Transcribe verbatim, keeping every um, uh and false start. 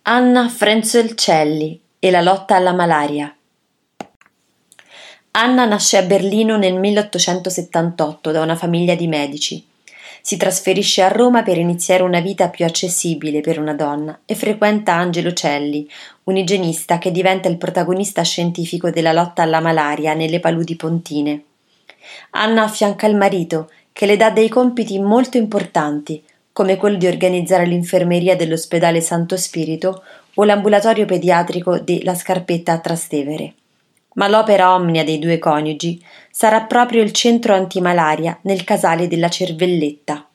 Anna Frenzel-Celli e la lotta alla malaria. Anna nasce a Berlino nel milleottocentosettantotto da una famiglia di medici. Si trasferisce a Roma per iniziare una vita più accessibile per una donna e frequenta Angelo Celli, un igienista che diventa il protagonista scientifico della lotta alla malaria nelle paludi pontine. Anna affianca il marito, che le dà dei compiti molto importanti, come quello di organizzare l'infermeria dell'ospedale Santo Spirito o l'ambulatorio pediatrico di La Scarpetta a Trastevere. Ma l'opera omnia dei due coniugi sarà proprio il centro antimalaria nel casale della Cervelletta.